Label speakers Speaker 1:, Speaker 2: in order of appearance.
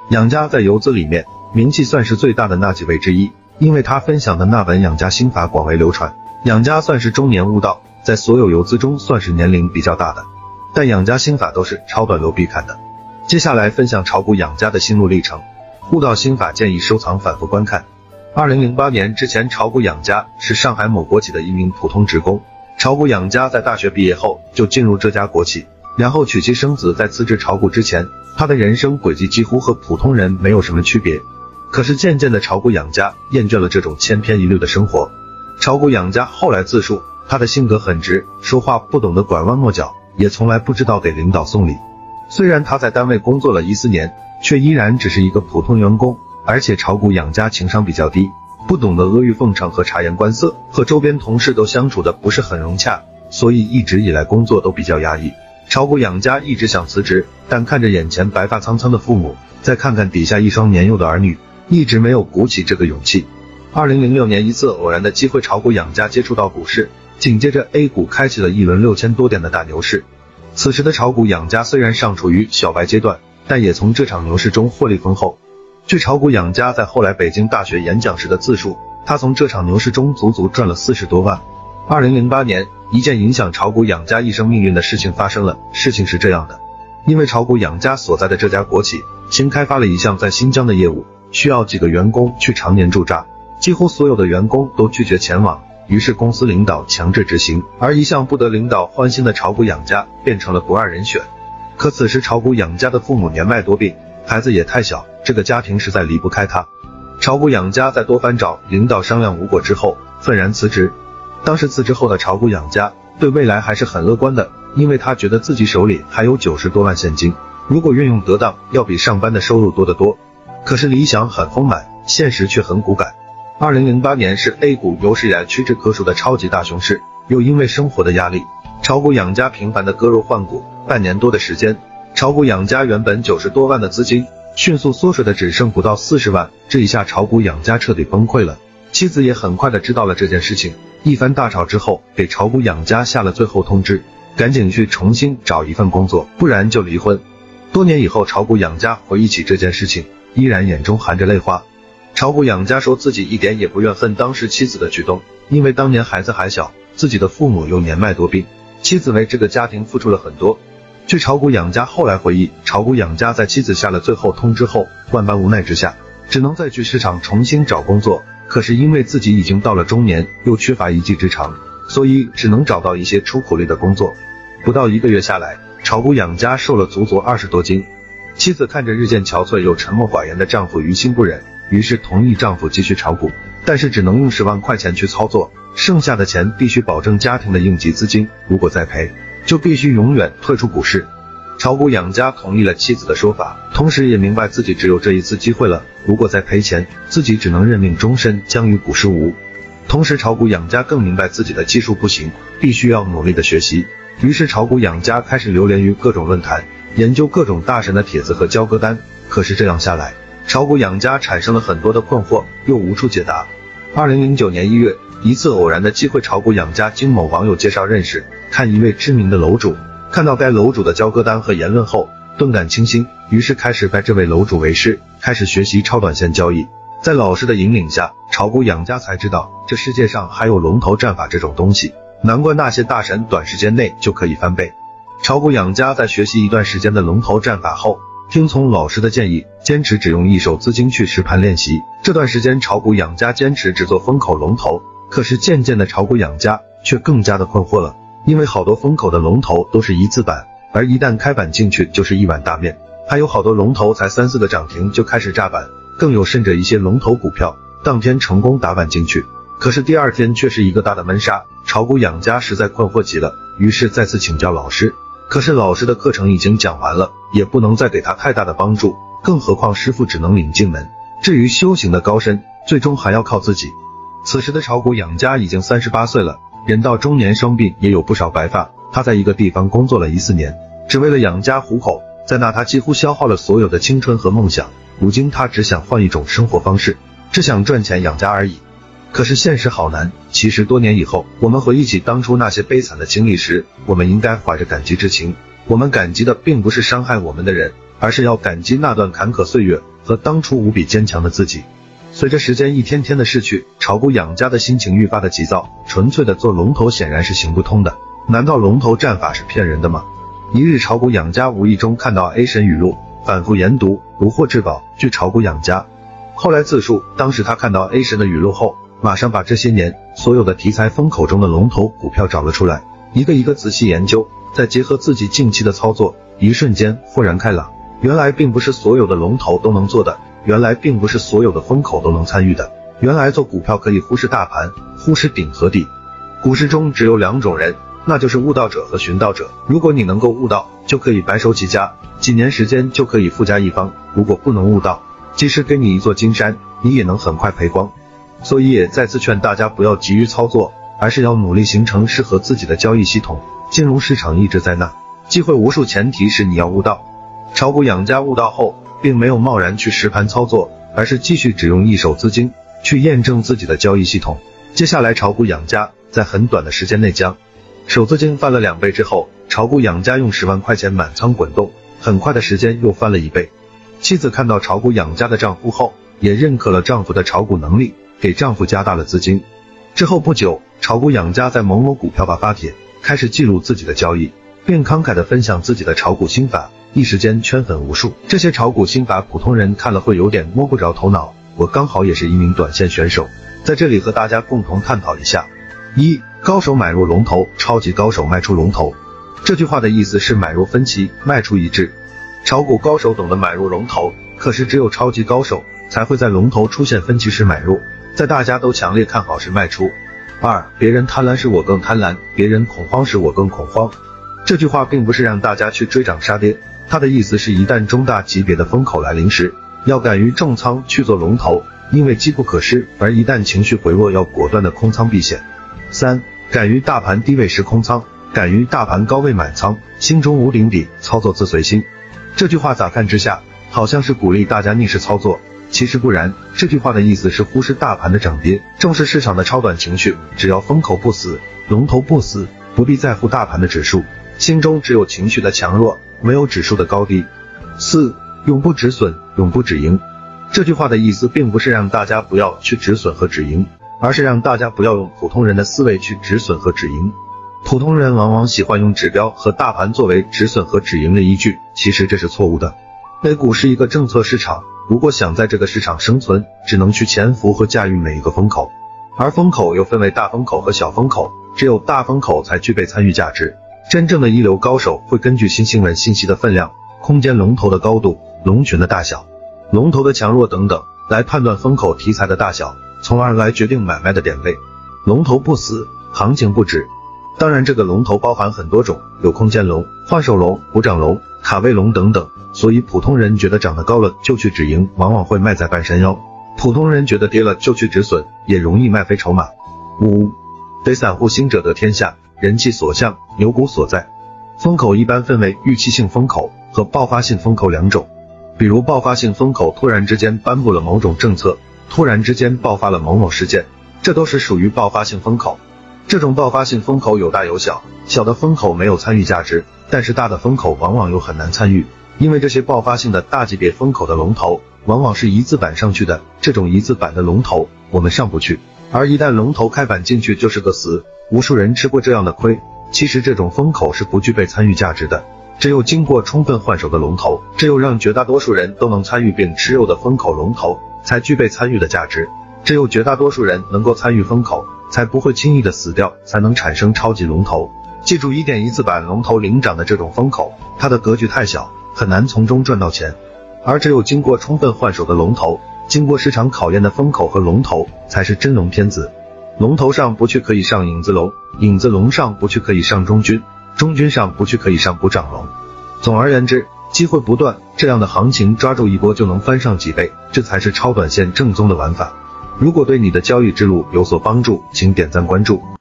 Speaker 1: 养家在游资里面名气算是最大的那几位之一，因为他分享的那本养家心法广为流传。养家算是中年悟道，在所有游资中算是年龄比较大的，但养家心法都是超短流必看的。接下来分享炒股养家的心路历程，悟道心法建议收藏反复观看。2008年之前，炒股养家是上海某国企的一名普通职工。炒股养家在大学毕业后就进入这家国企，然后娶妻生子。在辞职炒股之前，他的人生轨迹几乎和普通人没有什么区别。可是渐渐的，炒股养家厌倦了这种千篇一律的生活。炒股养家后来自述，他的性格很直，说话不懂得拐弯抹角，也从来不知道给领导送礼。虽然他在单位工作了14年，却依然只是一个普通员工，而且炒股养家情商比较低，不懂得阿谀奉承和察言观色，和周边同事都相处的不是很融洽，所以一直以来工作都比较压抑。炒股养家一直想辞职，但看着眼前白发苍苍的父母，再看看底下一双年幼的儿女，一直没有鼓起这个勇气。2006年一次偶然的机会，炒股养家接触到股市，紧接着 A 股开启了一轮6000多点的大牛市。此时的炒股养家虽然尚处于小白阶段，但也从这场牛市中获利丰厚。据炒股养家在后来北京大学演讲时的自述，他从这场牛市中足足赚了40多万。2008年，一件影响炒股养家一生命运的事情发生了。事情是这样的，因为炒股养家所在的这家国企新开发了一项在新疆的业务，需要几个员工去常年驻扎，几乎所有的员工都拒绝前往，于是公司领导强制执行，而一向不得领导欢心的炒股养家变成了不二人选。可此时炒股养家的父母年迈多病，孩子也太小，这个家庭实在离不开他。炒股养家在多番找领导商量无果之后，愤然辞职。当时辞职后的炒股养家对未来还是很乐观的，因为他觉得自己手里还有90多万现金，如果运用得当，要比上班的收入多得多。可是理想很丰满，现实却很骨感。2008年是 A 股有史以来屈指可数的超级大熊市，又因为生活的压力，炒股养家频繁的割肉换股，半年多的时间，炒股养家原本90多万的资金迅速缩水的只剩不到40万，这一下炒股养家彻底崩溃了。妻子也很快的知道了这件事情，一番大吵之后，给炒股养家下了最后通知，赶紧去重新找一份工作，不然就离婚。多年以后，炒股养家回忆起这件事情，依然眼中含着泪花。炒股养家说自己一点也不怨恨当时妻子的举动，因为当年孩子还小，自己的父母又年迈多病，妻子为这个家庭付出了很多。据炒股养家后来回忆，炒股养家在妻子下了最后通知后，万般无奈之下，只能再去市场重新找工作。可是因为自己已经到了中年，又缺乏一技之长，所以只能找到一些出苦力的工作。不到1个月下来，炒股养家瘦了足足20多斤。妻子看着日渐憔悴又沉默寡言的丈夫，于心不忍，于是同意丈夫继续炒股，但是只能用10万块钱去操作，剩下的钱必须保证家庭的应急资金，如果再赔，就必须永远退出股市。炒股养家同意了妻子的说法，同时也明白自己只有这一次机会了，如果再赔钱，自己只能认命终身将与股市无。同时炒股养家更明白自己的技术不行，必须要努力的学习。于是炒股养家开始流连于各种论坛，研究各种大神的帖子和交割单。可是这样下来，炒股养家产生了很多的困惑，又无处解答。2009年1月，一次偶然的机会，炒股养家经某网友介绍认识，看一位知名的楼主，看到该楼主的交割单和言论后，顿感清新，于是开始拜这位楼主为师，开始学习超短线交易。在老师的引领下，炒股养家才知道这世界上还有龙头战法这种东西，难怪那些大神短时间内就可以翻倍。炒股养家在学习一段时间的龙头战法后，听从老师的建议，坚持只用一手资金去实盘练习。这段时间炒股养家坚持只做风口龙头，可是渐渐的炒股养家却更加的困惑了，因为好多风口的龙头都是一字板，而一旦开板进去就是一碗大面，还有好多龙头才3-4个涨停就开始炸板，更有甚者一些龙头股票当天成功打板进去，可是第二天却是一个大的闷杀。炒股养家实在困惑极了，于是再次请教老师，可是老师的课程已经讲完了，也不能再给他太大的帮助，更何况师傅只能领进门，至于修行的高深，最终还要靠自己。此时的炒股养家已经38岁了，人到中年生病，也有不少白发。他在一个地方工作了14年，只为了养家糊口，在那他几乎消耗了所有的青春和梦想，如今他只想换一种生活方式，只想赚钱养家而已。可是现实好难，其实多年以后，我们回忆起当初那些悲惨的经历时，我们应该怀着感激之情。我们感激的并不是伤害我们的人， 而是要感激那段坎坷岁月和当初无比坚强的自己。随着时间一天天的逝去，炒股养家的心情愈发的急躁，纯粹的做龙头显然是行不通的。难道龙头战法是骗人的吗？一日，炒股养家无意中看到 A 神语录，反复研读，如获至宝，据炒股养家。后来自述，当时他看到 A 神的语录后，马上把这些年所有的题材风口中的龙头股票找了出来，一个一个仔细研究，再结合自己近期的操作，一瞬间豁然开朗。原来并不是所有的龙头都能做的，原来并不是所有的风口都能参与的，原来做股票可以忽视大盘，忽视顶和底。股市中只有两种人，那就是悟道者和寻道者。如果你能够悟道，就可以白手起家，几年时间就可以富家一方；如果不能悟道，即使给你一座金山，你也能很快赔光。所以也再次劝大家不要急于操作，而是要努力形成适合自己的交易系统。金融市场一直在那，机会无数，前提是你要悟道。炒股养家悟道后，并没有贸然去实盘操作，而是继续只用一手资金去验证自己的交易系统。接下来炒股养家在很短的时间内将手资金翻了2倍之后，炒股养家用10万块钱满仓滚动，很快的时间又翻了1倍。妻子看到炒股养家的丈夫后，也认可了丈夫的炒股能力，给丈夫加大了资金。之后不久，炒股养家在某某股票吧发帖，开始记录自己的交易，并慷慨地分享自己的炒股心法，一时间圈粉无数。这些炒股心法普通人看了会有点摸不着头脑，我刚好也是一名短线选手，在这里和大家共同探讨一下。1. 高手买入龙头，超级高手卖出龙头。这句话的意思是买入分歧，卖出一致。炒股高手懂得买入龙头，可是只有超级高手才会在龙头出现分歧时买入，在大家都强烈看好时卖出。2. 别人贪婪时我更贪婪，别人恐慌时我更恐慌。这句话并不是让大家去追涨杀跌，它的意思是一旦中大级别的风口来临时，要敢于重仓去做龙头，因为机不可失，而一旦情绪回落，要果断的空仓避险。3. 敢于大盘低位时空仓，敢于大盘高位满仓，心中无顶底，操作自随心。这句话乍看之下好像是鼓励大家逆势操作，其实不然。这句话的意思是忽视大盘的涨跌，重视市场的超短情绪，只要风口不死，龙头不死，不必在乎大盘的指数，心中只有情绪的强弱，没有指数的高低。4. 永不止损，永不止盈。这句话的意思并不是让大家不要去止损和止盈，而是让大家不要用普通人的思维去止损和止盈。普通人往往喜欢用指标和大盘作为止损和止盈的依据，其实这是错误的。A 股是一个政策市场，如果想在这个市场生存，只能去潜伏和驾驭每一个风口。而风口又分为大风口和小风口，只有大风口才具备参与价值。真正的一流高手会根据新新闻信息的分量、空间龙头的高度、龙群的大小、龙头的强弱等等，来判断风口题材的大小，从而来决定买卖的点位。龙头不死，行情不止。当然这个龙头包含很多种，有空间龙、换手龙、补涨龙、卡位龙等等，所以普通人觉得涨得高了就去止盈，往往会卖在半山腰；普通人觉得跌了就去止损，也容易卖飞筹码。5. 非散户兴者得天下，人气所向，牛股所在。风口一般分为预期性风口和爆发性风口两种。比如爆发性风口突然之间颁布了某种政策，突然之间爆发了某某事件，这都是属于爆发性风口。这种爆发性风口有大有小，小的风口没有参与价值，但是大的风口往往又很难参与，因为这些爆发性的大级别风口的龙头往往是一字板上去的，这种一字板的龙头我们上不去，而一旦龙头开板进去就是个死，无数人吃过这样的亏。其实这种风口是不具备参与价值的，只有经过充分换手的龙头，只有让绝大多数人都能参与并持有的风口龙头才具备参与的价值，只有绝大多数人能够参与风口，才不会轻易的死掉，才能产生超级龙头。记住一点，一字板龙头领涨的这种风口，它的格局太小，很难从中赚到钱，而只有经过充分换手的龙头，经过市场考验的风口和龙头才是真龙天子。龙头上不去可以上影子龙，影子龙上不去可以上中军，中军上不去可以上补涨龙。总而言之，机会不断，这样的行情抓住一波就能翻上几倍，这才是超短线正宗的玩法。如果对你的交易之路有所帮助，请点赞关注。